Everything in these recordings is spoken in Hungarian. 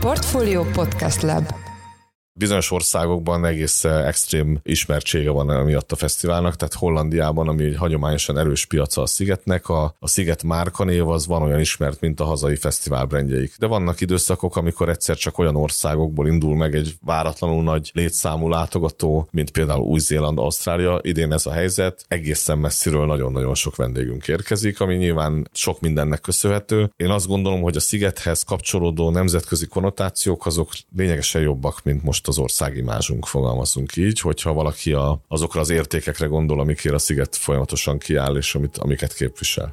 Portfolio Podcast Lab. Bizonyos országokban egész extrém ismertsége van miatt a fesztiválnak, tehát Hollandiában, ami egy hagyományosan erős piaca a Szigetnek, a Sziget márkanév az van olyan ismert, mint a hazai fesztivál brandjeik. De vannak időszakok, amikor egyszer csak olyan országokból indul meg egy váratlanul nagy létszámú látogató, mint például Új-Zéland, Ausztrália. Idén ez a helyzet, egészen messziről nagyon-nagyon sok vendégünk érkezik, ami nyilván sok mindennek köszönhető. Én azt gondolom, hogy a Szigethez kapcsolódó nemzetközi konnotációk azok lényegesen jobbak, mint most az országimázsunk, fogalmazunk így, hogyha valaki azokra az értékekre gondol, amikért a Sziget folyamatosan kiáll, és amiket képvisel.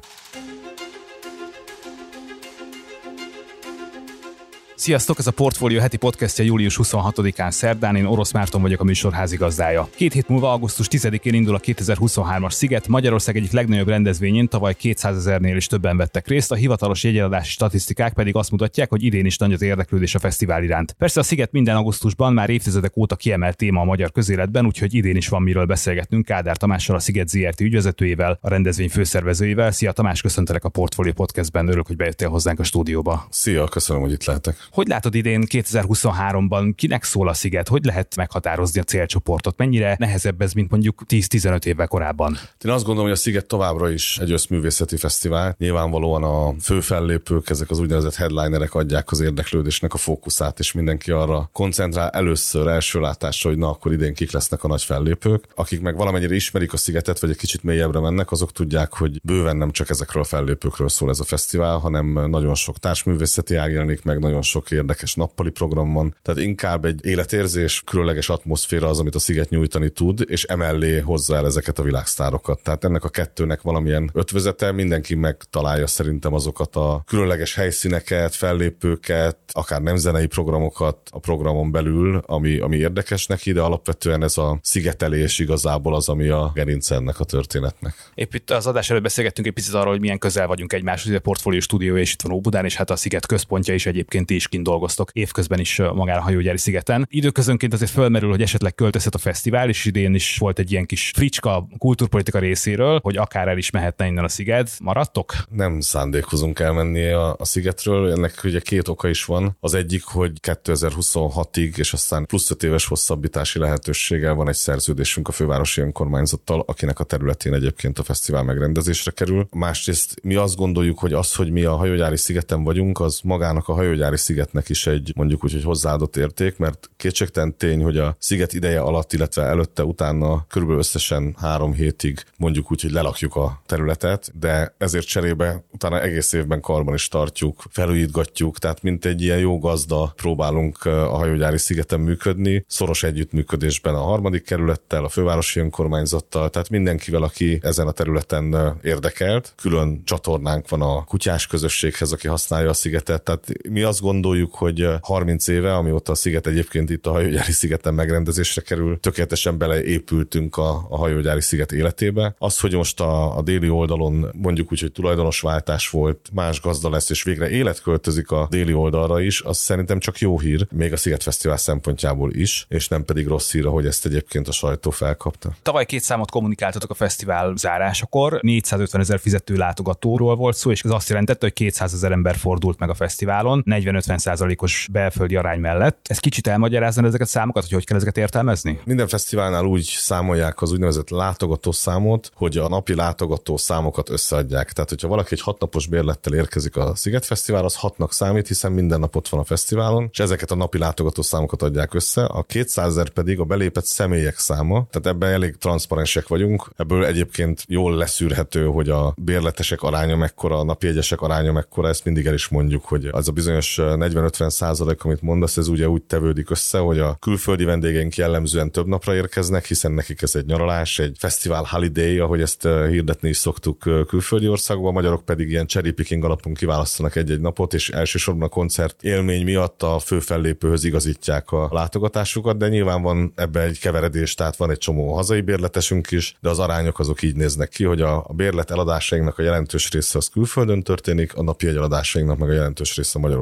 Sziasztok, ez a Portfolio heti podcastja július 26-án szerdán, én Orosz Márton vagyok, a műsor házigazdája. 2 hét múlva, augusztus 10-én indul a 2023-as Sziget, Magyarország egyik legnagyobb rendezvényén, tavaly 200 000-nél is többen vettek részt, a hivatalos jegyeladási statisztikák pedig azt mutatják, hogy idén is nagy az érdeklődés a fesztivál iránt. Persze a Sziget minden augusztusban már évtizedek óta kiemelt téma a magyar közéletben, úgyhogy idén is van miről beszélgetnünk Kádár Tamással, a Sziget ZRT ügyvezetőjével, a rendezvény főszervezőjével. Szia Tamás, köszöntelek a Portfolio Podcastben, örülök, hogy bejöttél hozzánk a stúdióba. Szia, köszönöm, hogy itt lehetek. Hogy látod idén 2023-ban, kinek szól a Sziget? Hogy lehet meghatározni a célcsoportot? Mennyire nehezebb ez, mint mondjuk 10-15 évvel korábban? Én azt gondolom, hogy a Sziget továbbra is egy összművészeti fesztivál. Nyilvánvalóan a fő fellépők, ezek az úgynevezett headlinerek adják az érdeklődésnek a fókuszát, és mindenki arra koncentrál először, első látásra, hogy na, akkor idén kik lesznek a nagy fellépők. Akik meg valamennyire ismerik a Szigetet, vagy egy kicsit mélyebbre mennek, azok tudják, hogy bőven nem csak ezekről a fellépőkről szól ez a fesztivál, hanem nagyon sok társművészeti ág jelenik meg, nagyon sok érdekes nappali program van. Tehát inkább egy életérzés, különleges atmoszféra az, amit a Sziget nyújtani tud, és emellé hozzá el ezeket a világsztárokat. Tehát ennek a kettőnek valamilyen ötvözete, mindenki megtalálja szerintem azokat a különleges helyszíneket, fellépőket, akár nem zenei programokat a programon belül, ami érdekes neki, de alapvetően ez a szigetelés igazából az, ami a gerince ennek a történetnek. Épp itt az adás előtt beszélgettünk egy picit arról, hogy milyen közel vagyunk egymáshoz, a Portfolio stúdiója és itt van Óbudán, és hát a Sziget központja is egyébként is kint dolgoztok évközben is magán a hajógyári szigeten. Időközönként azért fölmerül, hogy esetleg költözhet a fesztivál, és idén is volt egy ilyen kis fricska a kultúrpolitika részéről, hogy akár el is mehetne innen a Sziget. Maradtok? Nem szándékozunk elmenni a Szigetről, ennek ugye 2 oka is van. Az egyik, hogy 2026-ig, és aztán plusz 5 éves hosszabbítási lehetőséggel van egy szerződésünk a fővárosi önkormányzattal, akinek a területén egyébként a fesztivál megrendezésre kerül. Másrészt mi azt gondoljuk, hogy az, hogy mi a hajógyári szigeten vagyunk, az magának a hajógyári szigetnek is egy mondjuk úgy, hogy hozzáadott érték, mert kétségtelen tény, hogy a Sziget ideje alatt, illetve előtte, utána körülbelül összesen 3 hétig mondjuk úgy, hogy lelakjuk a területet, de ezért cserébe utána egész évben karban is tartjuk, felújítgatjuk, tehát mint egy ilyen jó gazda próbálunk a hajógyári szigeten működni, szoros együttműködésben a 3. kerülettel, a fővárosi önkormányzattal, tehát mindenkivel, aki ezen a területen érdekelt. Külön csatornánk van a kutyás közösséghez, aki használja a Szigetet, tehát mi azt gondoljuk, hogy 30 éve, amióta a Sziget egyébként itt a hajógyári szigeten megrendezésre kerül, tökéletesen beleépültünk a hajógyári sziget életébe. Az, hogy most a déli oldalon mondjuk úgy, hogy tulajdonosváltás volt, más gazda lesz, és végre élet költözik a déli oldalra is, az szerintem csak jó hír, még a Sziget Fesztivál szempontjából is, és nem pedig rossz hír, hogy ezt egyébként a sajtó felkapta. Tavaly 2 számot kommunikáltatok a fesztivál zárásakor, 450 000 fizető látogatóról volt szó, és ez azt jelentette, hogy 200 000 ember fordult meg a fesztiválon, 40-50%-os belföldi arány mellett. Ez kicsit elmagyarázna ezeket a számokat, hogy kell ezeket értelmezni? Minden fesztiválnál úgy számolják az úgynevezett látogató számot, hogy a napi látogató számokat összeadják. Tehát, hogyha valaki egy 6 napos bérlettel érkezik a Sziget Fesztivál, az 6-nak számít, hiszen minden nap ott van a fesztiválon, és ezeket a napi látogató számokat adják össze. A 200 000 pedig a belépett személyek száma, tehát ebben elég transzparensek vagyunk. Ebből egyébként jól leszűrhető, hogy a bérletesek aránya mekkora, a napjegyesek aránya mekkora, ezt mindig el is mondjuk, hogy az a bizonyos 40-50%, amit mondasz, ez ugye úgy tevődik össze, hogy a külföldi vendégeink jellemzően több napra érkeznek, hiszen nekik ez egy nyaralás, egy fesztivál holiday, ahogy ezt hirdetni is szoktuk külföldi országban, a magyarok pedig ilyen cherry picking alapon kiválasztanak egy-egy napot, és elsősorban a koncert élmény miatt a fő fellépőhöz igazítják a látogatásukat, de nyilván van ebbe egy keveredés, tehát van egy csomó hazai bérletesünk is, de az arányok azok így néznek ki, hogy a bérlet eladásainknak a jelentős része az külföldön történik, a napi egy eladásainknak meg a jelentős része Magyarországon.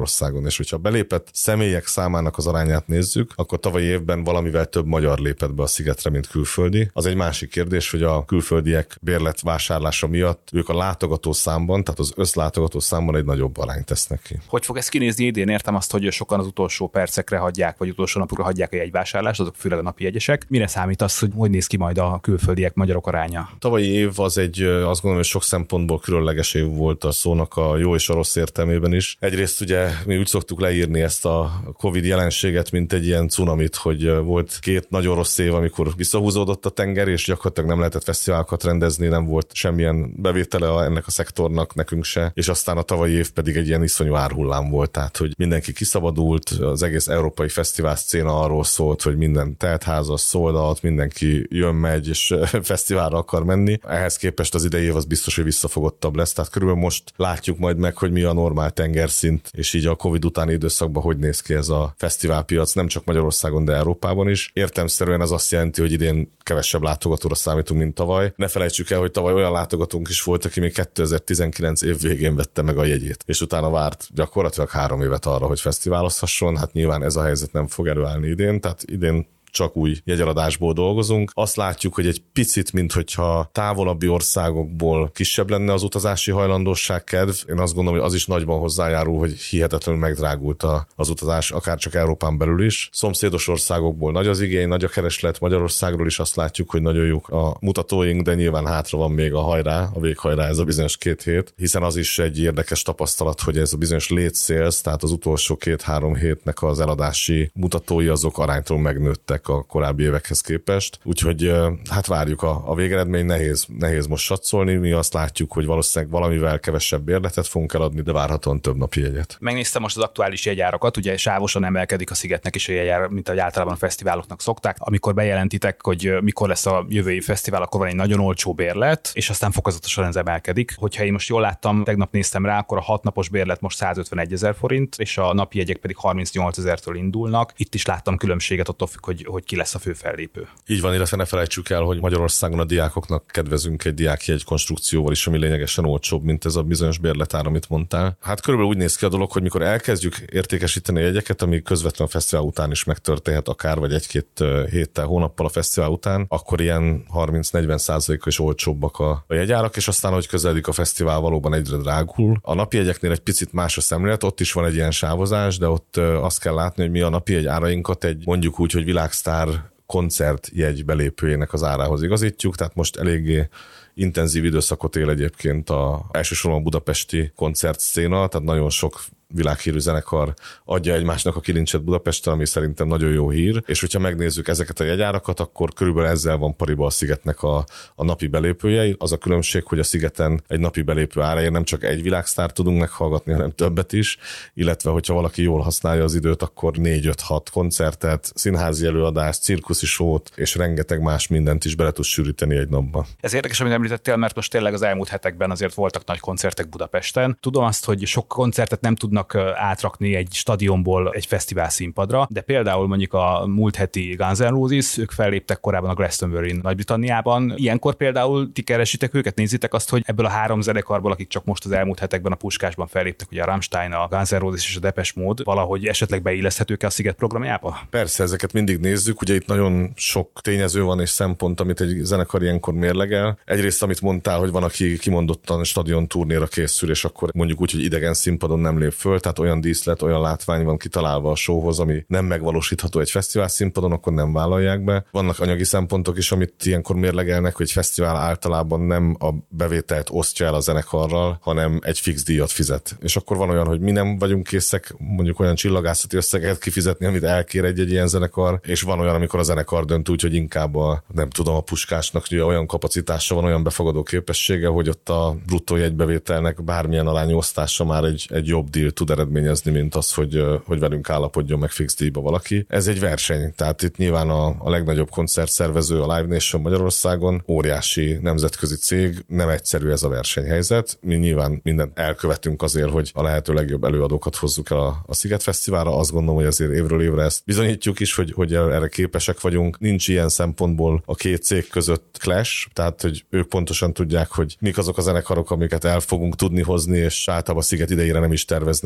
És hogyha a belépett személyek számának az arányát nézzük, akkor tavalyi évben valamivel több magyar lépett be a szigetre, mint külföldi. Az egy másik kérdés, hogy a külföldiek bérletvásárlása miatt ők a látogató számban, tehát az összlátogató számban egy nagyobb arányt tesznek ki. Hogy fog ez kinézni idén? Értem azt, hogy sokan az utolsó percekre hagyják, vagy utolsó napokra hagyják a jegyvásárlást, azok főleg a napi jegyesek. Mire számít az, hogy néz ki majd a külföldiek magyarok aránya? Tavalyi év az egy, azt gondolom, hogy sok szempontból különleges év volt a szónak a jó és a rossz értelmében is. Egyrészt ugye mi úgy szoktuk leírni ezt a Covid jelenséget, mint egy ilyen cunamit, hogy volt két nagyon rossz év, amikor visszahúzódott a tenger, és gyakorlatilag nem lehetett fesztiválokat rendezni, nem volt semmilyen bevétele ennek a szektornak, nekünk se, és aztán a tavalyi év pedig egy ilyen iszonyú árhullám volt, tehát hogy mindenki kiszabadult, az egész európai fesztivál szcéna arról szólt, hogy minden teltházas, sold out, mindenki jön, megy, és fesztiválra akar menni. Ehhez képest az idei év az biztos, hogy visszafogottabb lesz, tehát körülbelül most látjuk majd meg, hogy mi a normál tengerszint, és így a Covid utáni időszakban hogy néz ki ez a fesztiválpiac, nem csak Magyarországon, de Európában is. Értelemszerűen ez azt jelenti, hogy idén kevesebb látogatóra számítunk, mint tavaly. Ne felejtsük el, hogy tavaly olyan látogatónk is volt, aki még 2019 év végén vette meg a jegyét, és utána várt gyakorlatilag 3 évet arra, hogy fesztiválozhasson. Hát nyilván ez a helyzet nem fog előállni idén, tehát idén csak új jegyeladásból dolgozunk. Azt látjuk, hogy egy picit, minthogyha távolabbi országokból kisebb lenne az utazási hajlandóság, kedv. Én azt gondolom, hogy az is nagyban hozzájárul, hogy hihetetlenül megdrágult az utazás, akár csak Európán belül is. Szomszédos országokból nagy az igény, nagy a kereslet, Magyarországról is azt látjuk, hogy nagyon jók a mutatóink, de nyilván hátra van még a hajrá, a véghajrá, ez a bizonyos 2 hét, hiszen az is egy érdekes tapasztalat, hogy ez a bizonyos late sales, tehát az utolsó 2-3 hétnek az eladási mutatói azok aránytalanul megnőttek a korábbi évekhez képest. Úgyhogy hát várjuk a végeredmény, nehéz most satszolni. Mi azt látjuk, hogy valószínűleg valamivel kevesebb bérletet fogunk eladni, de várhatóan több napi jegyet. Megnéztem most az aktuális jegyárakat, ugye sávosan emelkedik a Szigetnek is a jegyár, mint ahogy általában a fesztiváloknak szokták. Amikor bejelentitek, hogy mikor lesz a jövő év fesztivál, akkor van egy nagyon olcsó bérlet, és aztán fokozatosan ez emelkedik. Hogyha én most jól láttam, tegnap néztem rá, akkor a 6 napos bérlet most 151 000 forint, és a napi jegyek pedig 38 000-től indulnak. Itt is láttam különbséget, attól függ, hogy ki lesz a fő fellépő. Így van, illetve ne felejtsük el, hogy Magyarországon a diákoknak kedvezünk egy diákjegy konstrukcióval is, ami lényegesen olcsóbb, mint ez a bizonyos bérletár, amit mondtál. Hát körülbelül úgy néz ki a dolog, hogy mikor elkezdjük értékesíteni a jegyeket, ami közvetlenül a fesztivál után is megtörténhet akár, vagy 1-2 héttel, hónappal a fesztivál után, akkor ilyen 30-40%-kal is olcsóbbak a jegyárak, és aztán, hogy közeledik a fesztivál, valóban egyre drágul. A napi jegyeknél egy picit más a szemlélet, ott is van egy ilyen sávozás, de ott azt kell látni, hogy mi a napi jegy árainkat egy mondjuk úgy, hogy világsztár koncertjegy belépőjének az árához igazítjuk, tehát most eléggé intenzív időszakot él egyébként elsősorban a budapesti koncertszcéna, tehát nagyon sok világhírű zenekar adja egymásnak a kilincset Budapesten, ami szerintem nagyon jó hír, és hogyha megnézzük ezeket a jegyárakat, akkor körülbelül ezzel van pariba a Szigetnek a napi belépője. Az a különbség, hogy a Szigeten egy napi belépő áráért nem csak egy világsztárt tudunk meghallgatni, hanem többet is, illetve hogyha valaki jól használja az időt, akkor 4-5-6 koncertet, színházi előadást, cirkuszi sót, és rengeteg más mindent is bele tud sűríteni egy napba. Ez érdekes, amit említettél, mert most tényleg az elmúlt hetekben azért voltak nagy koncertek Budapesten. Tudom azt, hogy sok koncertet nem tudnak átrakni egy stadionból egy fesztivál színpadra, de például mondjuk a múlt heti Guns N' Roses, ők felléptek korábban a Glastonbury-n Nagy-Britanniában. Ilyenkor például ti keresitek őket, nézitek azt, hogy ebből a 3 zenekarból, akik csak most az elmúlt hetekben a Puskásban felléptek, ugye a Rammstein, a Guns N' Roses és a Depeche Mode, valahogy esetleg beilleszthetők a Sziget programjába? Persze, ezeket mindig nézzük, ugye itt nagyon sok tényező van és szempont, amit egy zenekar ilyenkor mérlegel. Egyrészt, amit mondtál, hogy van, aki kimondottan stadion turnéra készül, és akkor mondjuk úgy, hogy idegen színpadon nem lép föl, tehát olyan díszlet, olyan látvány van kitalálva a showhoz, ami nem megvalósítható egy fesztivál színpadon, akkor nem vállalják be. Vannak anyagi szempontok is, amit ilyenkor mérlegelnek, hogy fesztivál általában nem a bevételt osztja el a zenekarral, hanem egy fix díjat fizet. És akkor van olyan, hogy mi nem vagyunk készek mondjuk olyan csillagászati összeget kifizetni, amit elkér egy ilyen zenekar, és van olyan, amikor a zenekar dönt úgy, hogy inkább a Puskásnak olyan kapacitása van, olyan befogadó képessége, hogy ott a bruttó jegybevételnek bármilyen arányú osztása már egy jobb díl tud eredményezni, mint az, hogy velünk állapodjon meg fix díjba valaki. Ez egy verseny, tehát itt nyilván a legnagyobb koncertszervező, a Live Nation Magyarországon, óriási nemzetközi cég, nem egyszerű ez a versenyhelyzet. Mi nyilván mindent elkövetünk azért, hogy a lehető legjobb előadókat hozzuk el a Sziget Fesztiválra. Azt gondolom, hogy azért évről évre ezt bizonyítjuk is, hogy erre képesek vagyunk. Nincs ilyen szempontból a két cég között clash, tehát hogy ők pontosan tudják, hogy mik azok a zenekarok, amiket el fogunk tudni hozni, és általában a Sziget idejére nem is terveznek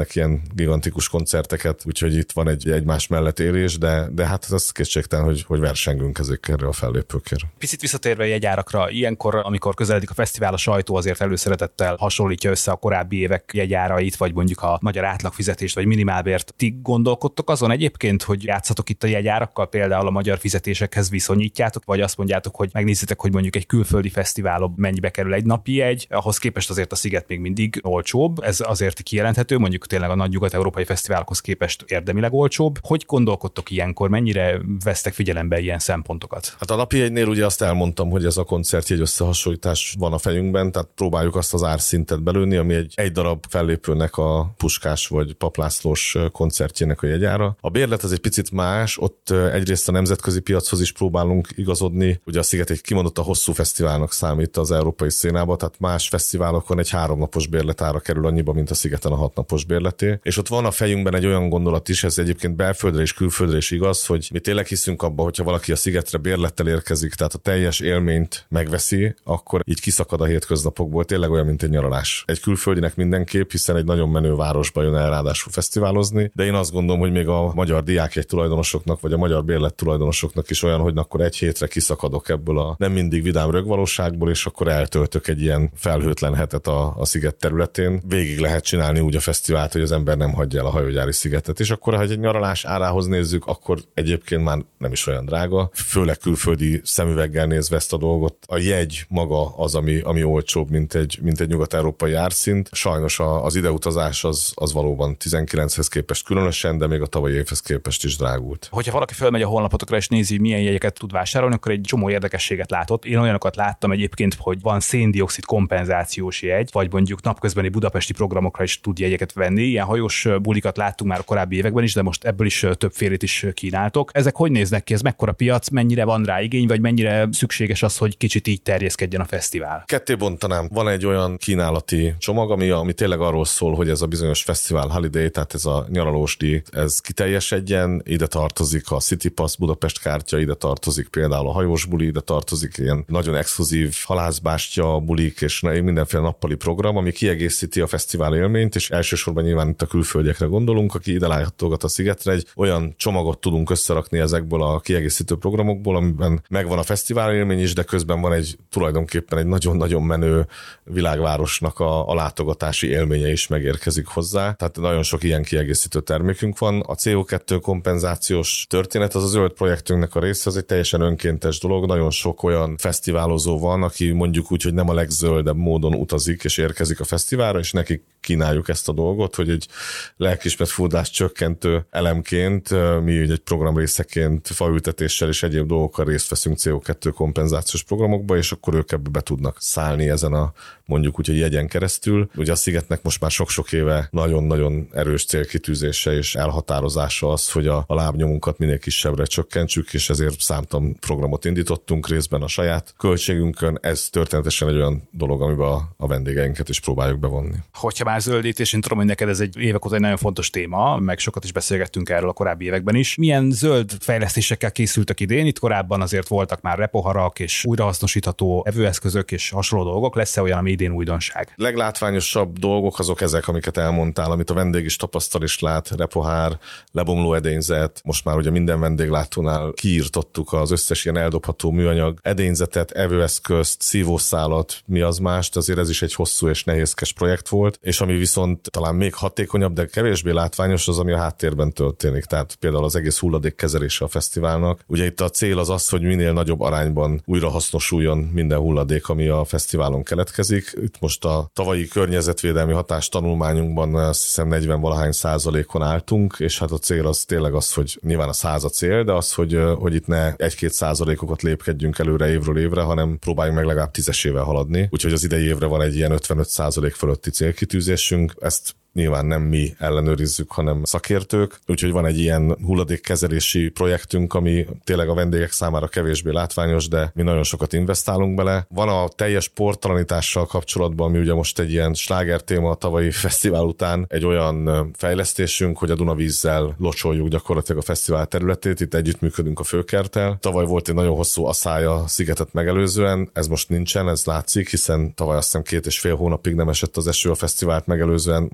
rendeznek ilyen gigantikus koncerteket, úgyhogy itt van egy egymás mellett élés, de hát ez kétségtelen, hogy versengünk ezekkel a fellépőkért. Picit visszatérve jegyárakra, ilyenkor, amikor közeledik a fesztivál, a sajtó azért előszeretettel hasonlítja össze a korábbi évek jegyárait, vagy mondjuk a magyar átlagfizetést, vagy minimálbért. Ti gondolkodtok azon egyébként, hogy játszatok itt a jegyárakkal, például a magyar fizetésekhez viszonyítjátok, vagy azt mondjátok, hogy megnézitek, hogy mondjuk egy külföldi fesztiválon mennyibe kerül egy napi jegy, ahhoz képest azért a Sziget még mindig olcsóbb. Ez azért kijelenthető, mondjuk tényleg a nagy nyugat-európai fesztiválokhoz képest érdemileg olcsóbb. Hogy gondolkodtok ilyenkor, mennyire vesztek figyelembe ilyen szempontokat? Hát a napi jegynél ugye azt elmondtam, hogy ez a koncertjegy összehasonlítás van a fejünkben, tehát próbáljuk azt az árszintet belőni, ami egy darab fellépőnek a Puskás vagy Paplászlós koncertjének a jegyára. A bérlet az egy picit más, ott egyrészt a nemzetközi piachoz is próbálunk igazodni. Ugye a Sziget egy kimondott a hosszú fesztiválnak számít az európai szénába, tehát más fesztiválokon egy 3 napos bérletára kerül annyiba, mint a Szigeten a 6 napos bérleté. És ott van a fejünkben egy olyan gondolat is, ez egyébként belföldre és külföldre is igaz, hogy mi tényleg hiszünk abba, hogyha valaki a Szigetre bérlettel érkezik, tehát a teljes élményt megveszi, akkor így kiszakad a hétköznapokból, tényleg olyan, mint egy nyaralás. Egy külföldinek mindenképp, hiszen egy nagyon menő városba jön el ráadásul fesztiválozni, de én azt gondolom, hogy még a magyar diákjegy tulajdonosoknak, vagy a magyar bérlet tulajdonosoknak is olyan, hogy akkor egy hétre kiszakadok ebből a nem mindig vidám rögvalóságból, és akkor eltöltök egy ilyen felhőtlen hetet a Sziget területén. Végig lehet csinálni úgy a fesztivált, hogy az ember nem hagyja el a hajógyári Szigetet. És akkor, ha egy nyaralás árához nézzük, akkor egyébként már nem is olyan drága. Főleg külföldi szemüveggel nézve ezt a dolgot. A jegy maga az, ami olcsóbb, mint egy nyugat-európai árszint. Sajnos az ideutazás az valóban 19-hez képest különösen, de még a tavalyi évhez képest is drágult. Hogyha valaki fölmegy a honlapotokra és nézi, milyen jegyeket tud vásárolni, akkor egy csomó érdekességet látott. Én olyanokat láttam egyébként, hogy van széndioxid kompenzációs jegy, vagy mondjuk napközbeni budapesti programokra is tud jegyeket venni. Ilyen hajós bulikat láttunk már a korábbi években is, de most ebből is többfélét is kínáltok. Ezek hogy néznek ki? Ez mekkora piac, mennyire van rá igény, vagy mennyire szükséges az, hogy kicsit így terjeszkedjen a fesztivál? Ketté bontanám. Van egy olyan kínálati csomag, ami tényleg arról szól, hogy ez a bizonyos fesztivál holiday, tehát ez a nyaralós díj, ez kiteljesedjen. Ide tartozik a City Pass Budapest kártya, ide tartozik például a hajós buli, ide tartozik ilyen nagyon exkluzív halászbástya bulik és mindenféle nappali program, ami kiegészíti a fesztivál élményt, és elsősorban nyilván itt a külföldiekre gondolunk, aki ide látogat a Szigetre, egy olyan csomagot tudunk összerakni ezekből a kiegészítő programokból, amiben megvan a fesztivál élmény is, de közben van tulajdonképpen egy nagyon-nagyon menő világvárosnak a látogatási élménye is megérkezik hozzá. Tehát nagyon sok ilyen kiegészítő termékünk van. A CO2 kompenzációs történet, az a zöld projektünknek a része, az egy teljesen önkéntes dolog. Nagyon sok olyan fesztiválozó van, aki mondjuk úgy, hogy nem a legzöldebb módon utazik és érkezik a fesztiválra, és nekik kínáljuk ezt a dolgot, hogy egy lelkiismeret-furdalás csökkentő elemként, mi egy program részeként faültetéssel és egyéb dolgokkal részt veszünk CO2 kompenzációs programokba, és akkor ők ebbe be tudnak szállni ezen a mondjuk úgy, hogy jegyen keresztül. Ugye a Szigetnek most már sok-sok éve nagyon-nagyon erős célkitűzése és elhatározása az, hogy a lábnyomunkat minél kisebbre csökkentsük, és ezért számtalan programot indítottunk részben a saját költségünkön. Ez történetesen egy olyan dolog, amiben a vendégeinket is próbáljuk bevonni. Hogyha már zöldítés, én tudom, hogy neked ez egy évek óta egy nagyon fontos téma, meg sokat is beszélgettünk erről a korábbi években is. Milyen zöld fejlesztésekkel készültek idén? Itt korábban azért voltak már repoharak és újrahasznosítható evőeszközök és hasonló dolgok. Lesz-e olyan, ami idén újdonság? Leglátványosabb dolgok azok ezek, amiket elmondtál, amit a vendég is tapasztal és lát, repohár, lebomló edényzet. Most már ugye minden vendéglátónál kiírtottuk az összes ilyen eldobható műanyag edényzetet, evőeszközt, szívószálat, mi az mást, azért ez is egy hosszú és nehézkes projekt volt, és ami viszont talán még hatékonyabb, de kevésbé látványos, az, ami a háttérben történik. Tehát például az egész hulladékkezelése a fesztiválnak. Ugye itt a cél az, hogy minél nagyobb arányban újra hasznosuljon minden hulladék, ami a fesztiválon keletkezik. Itt most a tavalyi környezetvédelmi hatástanulmányunkban azt hiszem 40-valahány% álltunk, és hát a cél az tényleg az, hogy nyilván a 100 a cél, de az, hogy itt ne 1-2% lépkedjünk előre évről évre, hanem próbáljunk meg legalább 10-esével haladni. Úgyhogy az idei évre van egy ilyen 55% fölötti célkitűzésünk. Ezt nyilván nem mi ellenőrizzük, hanem szakértők. Úgyhogy van egy ilyen hulladékkezelési projektünk, ami tényleg a vendégek számára kevésbé látványos, de mi nagyon sokat investálunk bele. Van a teljes portalanítással kapcsolatban, ami ugye most egy ilyen sláger téma a tavalyi fesztivál után, egy olyan fejlesztésünk, hogy a Dunavízzel locsoljuk gyakorlatilag a fesztivál területét. Itt együttműködünk a Főkerttel. Tavaly volt egy nagyon hosszú aszály a Szigetet megelőzően, ez most nincsen, ez látszik, hiszen tavaly azt hiszem 2,5 hónapig nem esett az eső a fesztivált megelőzően, most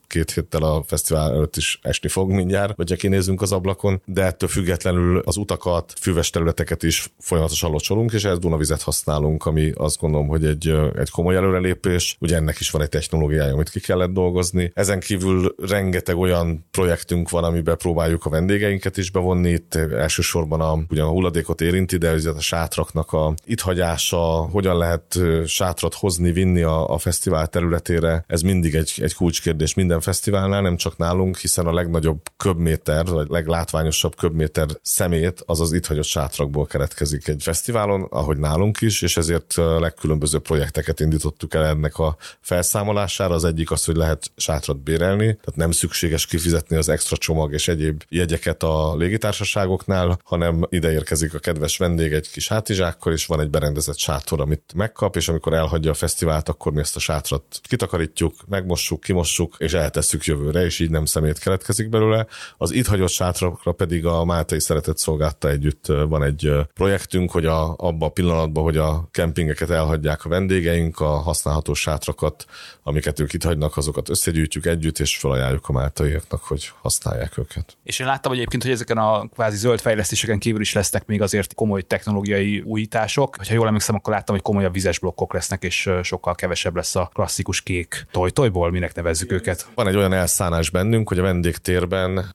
2 héttel a fesztivál előtt is esni fog mindjárt, vagy ha kinézünk az ablakon, de ettől függetlenül az utakat, füves területeket is folyamatosan locsolunk, és ehhez Dunavizet használunk, ami azt gondolom, hogy egy komoly előrelépés. Ugye ennek is van egy technológiája, amit ki kellett dolgozni. Ezen kívül rengeteg olyan projektünk van, amiben próbáljuk a vendégeinket is bevonni. Itt elsősorban ugyan a hulladékot érinti, de a sátraknak a itt hagyása, hogyan lehet sátrat hozni, vinni a fesztivál területére. Ez mindig egy kulcskérdés minden fesztiválnál, nem csak nálunk, hiszen a legnagyobb köbméter, vagy leglátványosabb köbméter szemét az itt hagyott sátrakból keletkezik egy fesztiválon, ahogy nálunk is, és ezért legkülönbözőbb projekteket indítottuk el ennek a felszámolására. Az egyik az, hogy lehet sátrat bérelni, tehát nem szükséges kifizetni az extra csomag és egyéb jegyeket a légitársaságoknál, hanem ide érkezik a kedves vendég egy kis hátizsákkal, és van egy berendezett sátor, amit megkap, és amikor elhagyja a fesztivált, akkor mi ezt a sátrat kitakarítjuk, megmossuk, kimossuk, és eltesszük jövőre, és így nem szemét keletkezik belőle. Az itt hagyott sátrakra pedig a Máltai Szeretett Szolgálata együtt van egy projektünk, hogy abban a pillanatban, hogy a kempingeket elhagyják a vendégeink, a használható sátrakat, amiket ők itt hagynak, azokat összegyűjtjük együtt, és felajánljuk a máltaiaknak, hogy használják őket. És én láttam egyébként, hogy ezeken a kvázi zöld fejlesztéseken kívül is lesznek még azért komoly technológiai újítások. Ha jól emlékszem, akkor láttam, hogy komolyabb vizes blokkok lesznek, és sokkal kevesebb lesz a klasszikus kék tojtojból, minek nevezzük őket. Van egy olyan elszánás bennünk, hogy a vendégtérben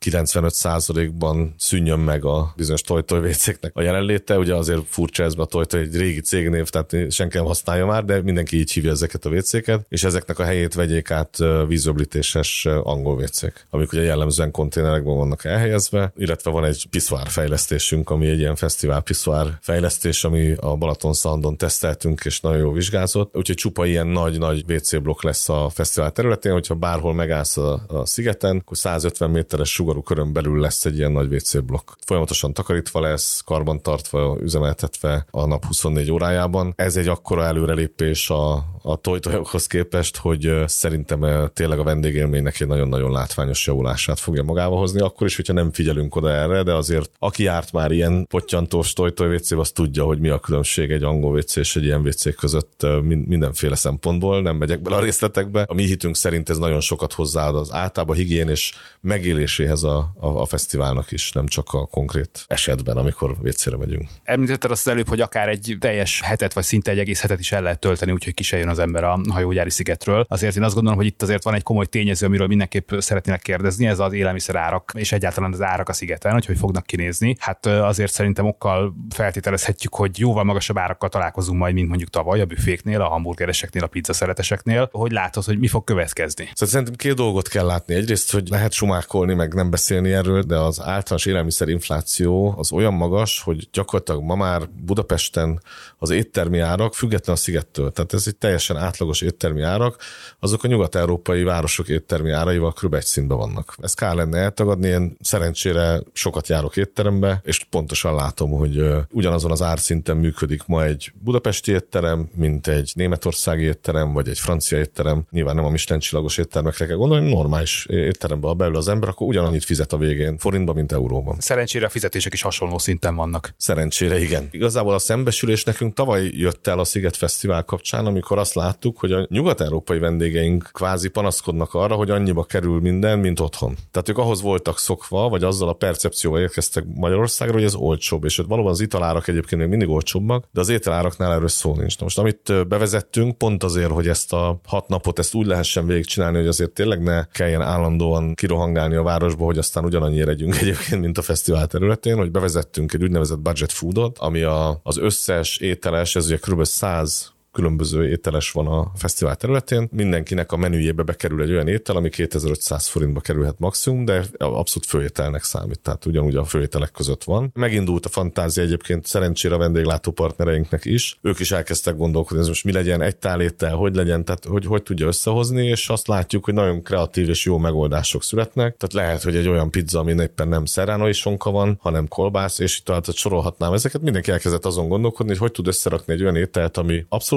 95%-ban szűnjön meg a bizonyos tojtoj-vécéknek a jelenléte. Ugye azért furcsa ez, a tojtoj egy régi cégnév, tehát senki nem használja már, de mindenki így hívja ezeket a vécéket, és ezeknek a helyét vegyék át vízöblítéses angol vécék, amik ugye jellemzően konténerekben vannak elhelyezve, illetve van egy piszoár fejlesztésünk, ami egy ilyen fesztivál piszoár fejlesztés, ami a Balatonszandon teszteltünk, és nagyon jó vizsgázott. Úgyhogy csupa ilyen nagy WC blokk lesz a fesztivál területén, hogyha bárhol megállsz a szigeten, akkor 150 méteres sugarú körön belül lesz egy ilyen nagy WC blokk. Folyamatosan takarítva lesz, karbantartva, üzemeltetve a nap 24 órájában. Ez egy akkora előrelépés a tojtojokhoz képest, hogy szerintem tényleg a vendégélménynek egy nagyon-nagyon látványos javulását fogja magába hozni, akkor is, hogyha nem figyelünk oda erre, de azért aki járt már ilyen pottyantós tojtoj-vécébe, az tudja, hogy mi a különbség egy angol WC és egy ilyen WC között mindenféle szempontból, nem megyek bele a részletekbe. A mi hitünk szerint ez nagyon sokat hozzáad az általában higiénés megéléséhez a fesztiválnak is, nem csak a konkrét esetben, amikor WC-re megyünk. Említetted azt előbb, hogy akár egy teljes hetet, vagy szinte egy egész hetet is el lehet tölteni, úgyhogy ki se jön az ember a hajógyári szigetről. Azért én azt gondolom, hogy itt azért van egy komoly tényező, amiről mindenképp szeretnének kérdezni, ez az élelmiszer árak, és egyáltalán az árak a szigeten, hogy fognak kinézni. Hát azért szerintem okkal feltételezhetjük, hogy jóval magasabb árakkal találkozunk majd, mint mondjuk tavaly a büféknél, a hamburgereseknél, a pizza szereteseknél. Hogy látod, hogy mi fog következni? Szóval szerintem 2 dolgot kell látni. Egyrészt, hogy lehet sumákolni, meg nem beszélni erről, de az általános élelmiszerinfláció az olyan magas, hogy gyakorlatilag ma már Budapesten az éttermi árak független a szigettől. Tehát ez egy teljesen átlagos éttermi árak, azok a nyugat-európai városok éttermi áraival kb. Egy szintben vannak. Ezt kár lenne eltagadni, én szerencsére sokat járok étterembe, és pontosan látom, hogy ugyanazon az árszinten működik ma egy budapesti étterem, mint egy németországi étterem, vagy egy francia étterem. Nyilván nem a Michelin csillagos éttermekre kell gondolni, normális étterembe, ha beül az ember, akkor ugyanannyit fizet a végén forintban, mint euróban. Szerencsére a fizetések is hasonló szinten vannak. Szerencsére igen. Igazából a szembesülés nekünk tavaly jött el a Sziget Fesztivál kapcsán, amikor azt láttuk, hogy a nyugat-európai vendégeink kvázi panaszkodnak arra, hogy annyiba kerül minden, mint otthon. Tehát ők ahhoz voltak szokva, vagy azzal a percepcióval érkeztek Magyarországra, hogy ez olcsóbb, és valóban az italárak egyébként még mindig olcsóbbak, de az ételáraknál erről szó nincs. Na most amit bevezettünk, pont azért, hogy ezt a 6 napot ezt úgy lehessen végigcsinálni, hogy azért tényleg ne kelljen állandóan kirohangálni a városba, hogy aztán ugyanannyira együnk egyébként, mint a fesztivál területén, hogy bevezettünk egy úgynevezett budget foodot, ami az összes ételes, ez ugye kb. 100 különböző ételes van a fesztivál területén. Mindenkinek a menüjébe bekerül egy olyan étel, ami 2500 forintba kerülhet maximum, de abszolút főételnek számít, tehát ugyanúgy a főételek között van. Megindult a fantázia egyébként szerencsére a vendéglátó partnereinknek is. Ők is elkezdtek gondolkodni, ez most mi legyen, egy tálétel, hogy legyen, tehát hogy tudja összehozni, és azt látjuk, hogy nagyon kreatív és jó megoldások születnek. Tehát lehet, hogy egy olyan pizza, ami éppen nem szerránói sonka van, hanem kolbász, és itt sorolhatnám ezeket. Mindenki elkezdett azon gondolkodni, hogy tud összerakni egy olyan ételt, ami abszolút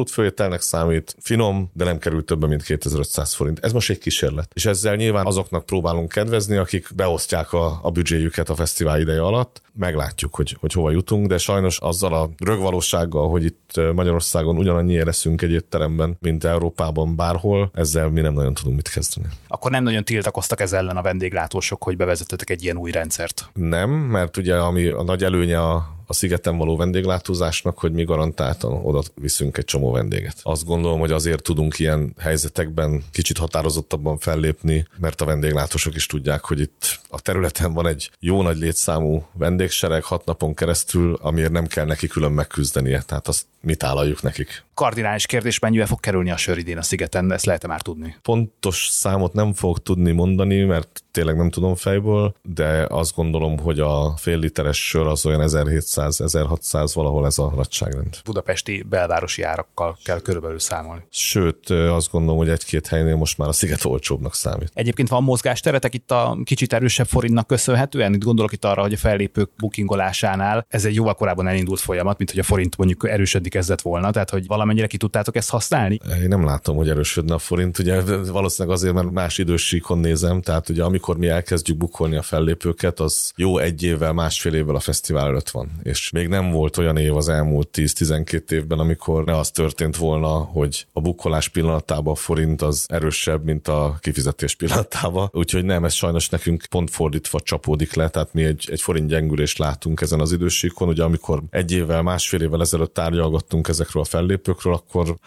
aludfőételnek számít, finom, de nem kerül többe, mint 2500 forint. Ez most egy kísérlet. És ezzel nyilván azoknak próbálunk kedvezni, akik beosztják a büdzséjüket a fesztivál ideje alatt. Meglátjuk, hogy hova jutunk, de sajnos azzal a rögvalósággal, hogy itt Magyarországon ugyanannyi eszünk egy étteremben, mint Európában bárhol, ezzel mi nem nagyon tudunk mit kezdeni. Akkor nem nagyon tiltakoztak ez ellen a vendéglátósok, hogy bevezettetek egy ilyen új rendszert? Nem, mert ugye ami a nagy előnye a szigeten való vendéglátózásnak, hogy mi garantáltan oda viszünk egy csomó vendéget. Azt gondolom, hogy azért tudunk ilyen helyzetekben kicsit határozottabban fellépni, mert a vendéglátósok is tudják, hogy itt a területen van egy jó nagy létszámú vendégsereg 6 napon keresztül, amiért nem kell neki külön megküzdenie, tehát azt mi tálaljuk nekik. Kardinális kérdés, mennyivel fog kerülni a sör idén a szigeten, ezt lehet már tudni? Pontos számot nem fogok tudni mondani, mert tényleg nem tudom fejből, de azt gondolom, hogy a fél literes sör az olyan 1700-1600, valahol ez a nagyságrend. Budapesti belvárosi árakkal kell körülbelül számolni. Sőt, azt gondolom, hogy egy-két helynél most már a sziget olcsóbbnak számít. Egyébként van mozgásteretek itt a kicsit erősebb forintnak köszönhetően? Itt gondolok itt arra, hogy a fellépők bookingolásánál ez egy jóval korábban elindult folyamat, mint hogy a forint mondjuk erősödni kezdett volna, tehát hogy valamennyire ki tudtátok ezt használni? Én nem látom, hogy erősödne a forint, ugye valószínűleg azért, mert más idősíkon nézem, tehát ugye amikor mi elkezdjük bukkolni a fellépőket, az jó 1 évvel, másfél évvel a fesztivál előtt van. És még nem volt olyan év az elmúlt 10-12 évben, amikor ne az történt volna, hogy a bukkolás pillanatában a forint az erősebb, mint a kifizetés pillanatában. Úgyhogy nem, ez sajnos nekünk pont fordítva csapódik le, tehát mi egy forint gyengülést látunk ezen az idősíkon. Ugye amikor 1 évvel, másfél évvel ezelőtt tárgyalgattunk ezekről a fellépőkről, akkor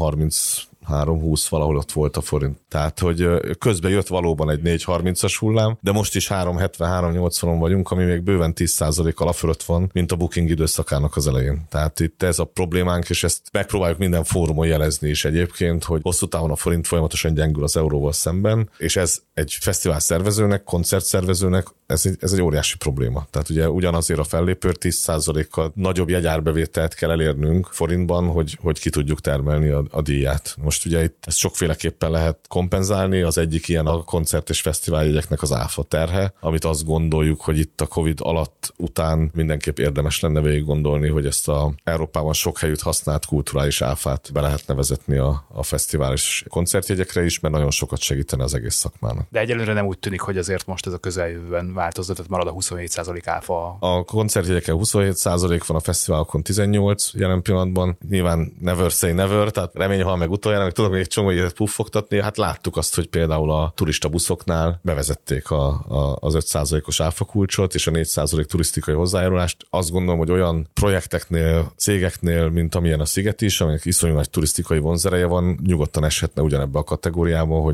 3.20 valahol ott volt a forint. Tehát, hogy közben jött valóban egy 4.30-as hullám, de most is 3.70-3.80-on vagyunk, ami még bőven 10%-kal afölött van, mint a booking időszakának az elején. Tehát itt ez a problémánk, és ezt megpróbáljuk minden fórumon jelezni is egyébként, hogy hosszú távon a forint folyamatosan gyengül az euróval szemben, és ez egy fesztivál szervezőnek, koncertszervezőnek ez egy óriási probléma. Tehát ugye ugyanazért a fellépőr 10%-kal nagyobb jegyárbevételt kell elérnünk forintban, hogy ki tudjuk termelni a díját. Most ugye itt ezt sokféleképpen lehet kompenzálni, az egyik ilyen a koncert és fesztiváljegyeknek az áfa terhe, amit azt gondoljuk, hogy itt a Covid alatt után mindenképp érdemes lenne végig gondolni, hogy ezt a Európában sok helyütt használt kulturális áfát be lehetne vezetni a fesztivál és koncertjegyekre is, mert nagyon sokat segítene az egész szakmának. De egyelőre nem úgy tűnik, hogy azért most ez a közeljövőben változtat, tehát marad a 27% áfa. A koncertjegyeken 27% van, a fesztiválokon 18 jelen pillanatban. Nyilván never say never, tehát remény hal meg utoljára, meg tudok még egy csomó ilyet puffogtatni. Hát láttuk azt, hogy például a turista buszoknál bevezették az 5%-os áfakulcsot és a 4% turisztikai hozzájárulást. Azt gondolom, hogy olyan projekteknél, cégeknél, mint amilyen a Sziget is, aminek iszonyú nagy turisztikai vonzereje van, nyugodtan eshetne ugyanebbe a kategóriába, hogy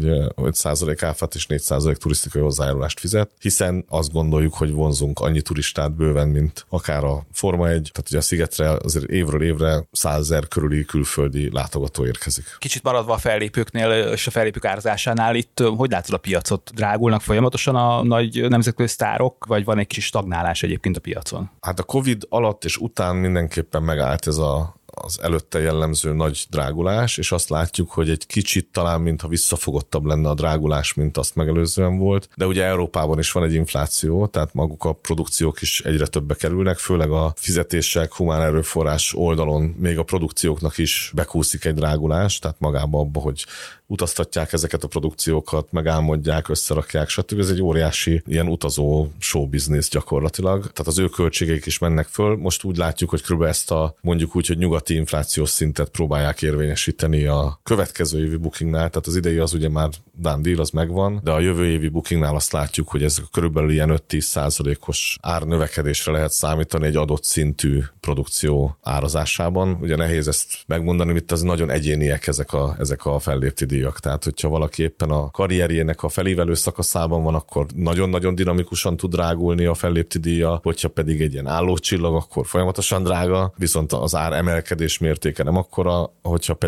5% áfát és 4% turisztikai hozzájárulást fizet, hiszen azt gondoljuk, hogy vonzunk annyi turistát bőven, mint akár a Forma 1, tehát ugye a Szigetre azért évről évre 100 000 körüli külföldi látogató érkezik. Kicsit maradva a fellépőknél és a fellépők árazásánál, itt hogy látod a piacot? Drágulnak folyamatosan a nagy nemzetközi sztárok, vagy van egy kis stagnálás egyébként a piacon? Hát a Covid alatt és után mindenképpen megállt ez az előtte jellemző nagy drágulás, és azt látjuk, hogy egy kicsit talán mintha visszafogottabb lenne a drágulás, mint azt megelőzően volt, de ugye Európában is van egy infláció, tehát maguk a produkciók is egyre többe kerülnek, főleg a fizetések, humán erőforrás oldalon még a produkcióknak is bekúszik egy drágulás, tehát magába abba, hogy utaztatják ezeket a produkciókat, megálmodják, összerakják, stb. Ez egy óriási ilyen utazó show business gyakorlatilag. Tehát az ő költségeik is mennek föl. Most úgy látjuk, hogy kb. Ezt a mondjuk úgy, hogy nyugati inflációs szintet próbálják érvényesíteni a következő évi bookingnál. Tehát az idei az ugye már done deal, az megvan, de a jövő évi bookingnál azt látjuk, hogy ez körülbelül ilyen 5-10%-os árnövekedésre lehet számítani egy adott szintű produkció árazásában. Ugye nehéz ezt megmondani, itt az nagyon egyéniek ezek a fellépti díjak. Tehát, hogyha valaki éppen a karrierjének a felívelő szakaszában van, akkor nagyon-nagyon dinamikusan tud drágulni a fellépti díja, hogyha pedig egy ilyen állócsillag, akkor folyamatosan drága, viszont az ár emelkedés mértéke nem akkora, hogyha pedig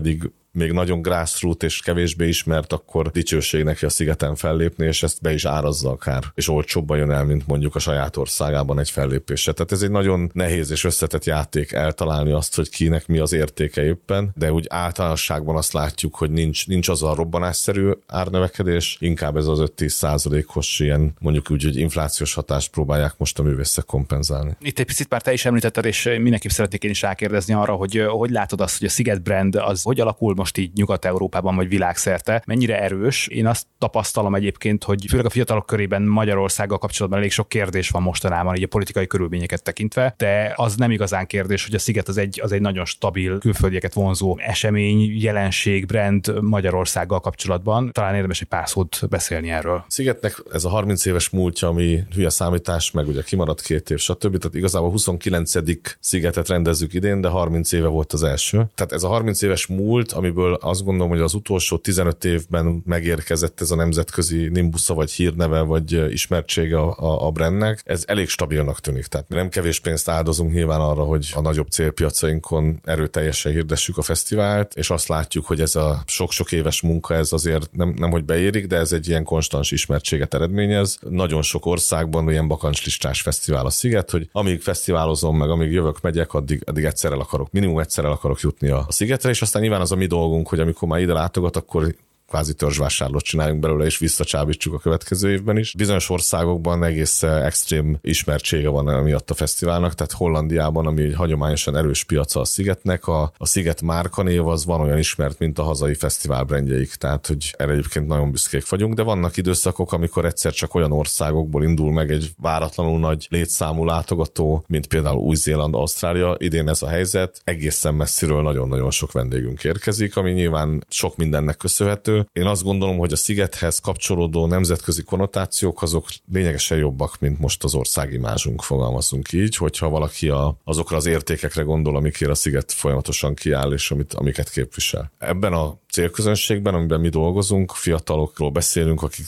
még nagyon grassroot és kevésbé ismert, akkor dicsőség neki a szigeten fellépni, és ezt be is árazza akár, és olcsóbban jön el, mint mondjuk a saját országában egy fellépésre. Tehát ez egy nagyon nehéz és összetett játék eltalálni azt, hogy kinek mi az értéke éppen, de úgy általánosságban azt látjuk, hogy nincs az a robbanásszerű árnövekedés, inkább ez az 5-10%-os ilyen, mondjuk úgy, hogy inflációs hatást próbálják most a művészek kompenzálni. Itt egy picit már te is említetted, és mindenképp szeretnék én is rákérdezni arra, hogy látod azt, hogy a Sziget brand az hogy alakul most így Nyugat-Európában vagy világszerte, mennyire erős. Én azt tapasztalom egyébként, hogy főleg a fiatalok körében Magyarországgal kapcsolatban elég sok kérdés van mostanában, így a politikai körülményeket tekintve, de az nem igazán kérdés, hogy a Sziget az egy nagyon stabil, külföldieket vonzó esemény, jelenség, brand Magyarországgal kapcsolatban. Talán érdemes egy pár szót beszélni erről. Szigetnek ez a 30 éves múltja, ami hülye számítás, meg ugye kimaradt 2 év, stb. Tehát igazából 29. Szigetet rendezzük idén, de 30 éve volt az első. Tehát ez a 30 éves múlt, amiből azt gondolom, hogy az utolsó 15 évben megérkezett ez a nemzetközi nimbusza, vagy hírneve, vagy ismertsége a brandnek, ez elég stabilnak tűnik. Tehát nem kevés pénzt áldozunk nyilván arra, hogy a nagyobb célpiacainkon erőteljesen hirdessük a fesztivált, és azt látjuk, hogy ez a sok-sok éves munka, ez azért nem hogy beérik, de ez egy ilyen konstans ismertséget eredményez. Nagyon sok országban ilyen bakancslistás fesztivál a Sziget, hogy amíg fesztiválozom, meg amíg jövök, megyek, addig minimum egyszer el akarok jutni a Szigetre, és aztán nyilván az a mi dolgunk, hogy amikor már ide látogat, akkor kvázi törzsvásárlót csináljunk belőle, és visszacsábítsuk a következő évben is. Bizonyos országokban egész extrém ismertsége van miatt a fesztiválnak, tehát Hollandiában, ami hagyományosan erős piaca a Szigetnek, a Sziget márkanév az van olyan ismert, mint a hazai fesztivál brandjeik, tehát hogy erre egyébként nagyon büszkék vagyunk, de vannak időszakok, amikor egyszer csak olyan országokból indul meg egy váratlanul nagy létszámú látogató, mint például Új-Zéland, Ausztrália. Idén ez a helyzet, egészen messziről nagyon-nagyon sok vendégünk érkezik, ami nyilván sok mindennek köszönhető. Én azt gondolom, hogy a Szigethez kapcsolódó nemzetközi konnotációk azok lényegesen jobbak, mint most az országimázsunk, fogalmazunk így, hogyha valaki azokra az értékekre gondol, amikért a Sziget folyamatosan kiáll, és amiket képvisel. Ebben a célközönségben, amiben mi dolgozunk, fiatalokról beszélünk, akik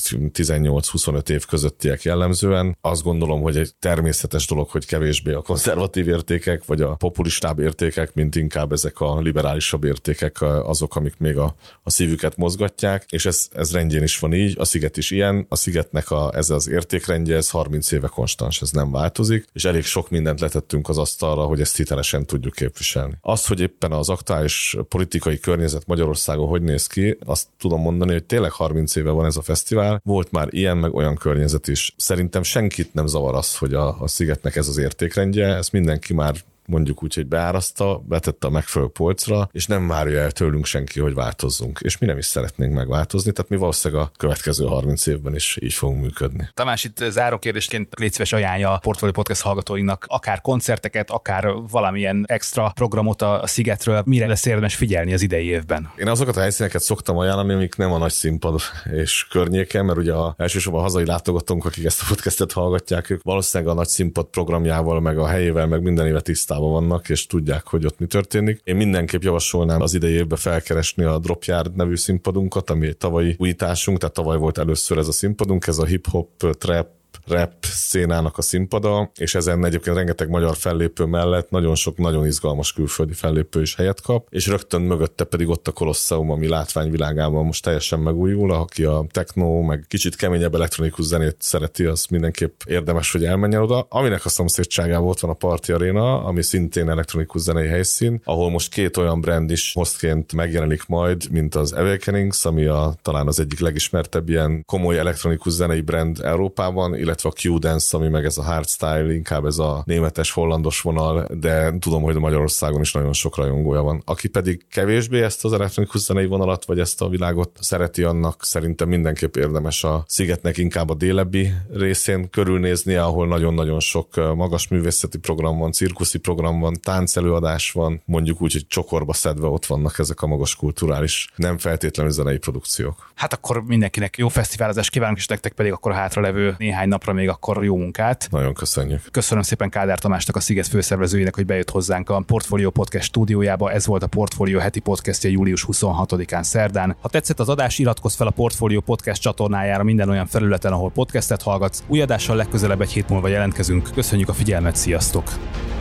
18-25 év közöttiek jellemzően. Azt gondolom, hogy egy természetes dolog, hogy kevésbé a konzervatív értékek, vagy a populistább értékek, mint inkább ezek a liberálisabb értékek azok, amik még a szívüket mozgatják, és ez rendjén is van így, a Sziget is ilyen, a Szigetnek ez az értékrendje, ez 30 éve konstans, ez nem változik, és elég sok mindent letettünk az asztalra, hogy ezt hitelesen tudjuk képviselni. Az, hogy éppen az aktuális politikai környezet Magyarországon hogy néz ki, azt tudom mondani, hogy tényleg 30 éve van ez a fesztivál, volt már ilyen, meg olyan környezet is. Szerintem senkit nem zavar az, hogy a Szigetnek ez az értékrendje, ezt mindenki már mondjuk úgy, hogy beáraszta, betette a megfelelő polcra, és nem várja el tőlünk senki, hogy változzunk. És mi nem is szeretnénk megváltozni, tehát mi valószínűleg a következő 30 évben is így fogunk működni. Tamás, itt záró kérdésként légy szíves ajánlja a Portfolio Podcast hallgatóinak akár koncerteket, akár valamilyen extra programot a Szigetről, mire lesz érdemes figyelni az idei évben? Én azokat a helyszíneket szoktam ajánlani, amik nem a nagy színpad és környéken, mert ugye elsősorban a hazai látogatók, akik ezt a podcastet hallgatják, ők valószínűleg a nagy színpad programjával, meg a helyével, meg minden éve tisztában vannak, és tudják, hogy ott mi történik. Én mindenképp javasolnám az idei évben felkeresni a Dropyard nevű színpadunkat, ami egy tavalyi újításunk, tehát tavaly volt először ez a színpadunk, ez a hip-hop, trap, rap szénának a színpada, és ezen egyébként rengeteg magyar fellépő mellett nagyon sok, nagyon izgalmas külföldi fellépő is helyet kap, és rögtön mögötte pedig ott a Kolosseum, ami látványvilágában most teljesen megújul, aki a techno, meg kicsit keményebb elektronikus zenét szereti, az mindenképp érdemes, hogy elmenjen oda. Aminek a szomszédságában ott van a Party Arena, ami szintén elektronikus zenei helyszín, ahol most 2 olyan brand is hostként megjelenik majd, mint az Awakenings, ami talán az egyik legismertebb ilyen komoly elektronikus zenei brand Európában, illetve a Q-Dance, ami meg ez a hardstyle, inkább ez a németes, hollandos vonal, de tudom, hogy Magyarországon is nagyon sok rajongója van. Aki pedig kevésbé ezt az elektronikus zenei vonalat, vagy ezt a világot szereti, annak szerintem mindenképp érdemes a Szigetnek inkább a délebbi részén körülnéznie, ahol nagyon-nagyon sok magas művészeti program van, cirkuszi program van, táncelőadás van, mondjuk úgy, hogy csokorba szedve ott vannak ezek a magas kulturális, nem feltétlenül zenei produkciók. Hát akkor mindenkinek jó fesztiválozást kívánunk, és nektek pedig akkor a hátralevő néhány napra még akkor jó munkát. Nagyon köszönjük. Köszönöm szépen Kádár Tamásnak, a Sziget főszervezőjének, hogy bejött hozzánk a Portfolio Podcast stúdiójába. Ez volt a Portfolio heti podcastja július 26-án szerdán. Ha tetszett az adás, iratkozz fel a Portfolio Podcast csatornájára minden olyan felületen, ahol podcastet hallgatsz. Új adással legközelebb egy hét múlva jelentkezünk. Köszönjük a figyelmet, sziasztok!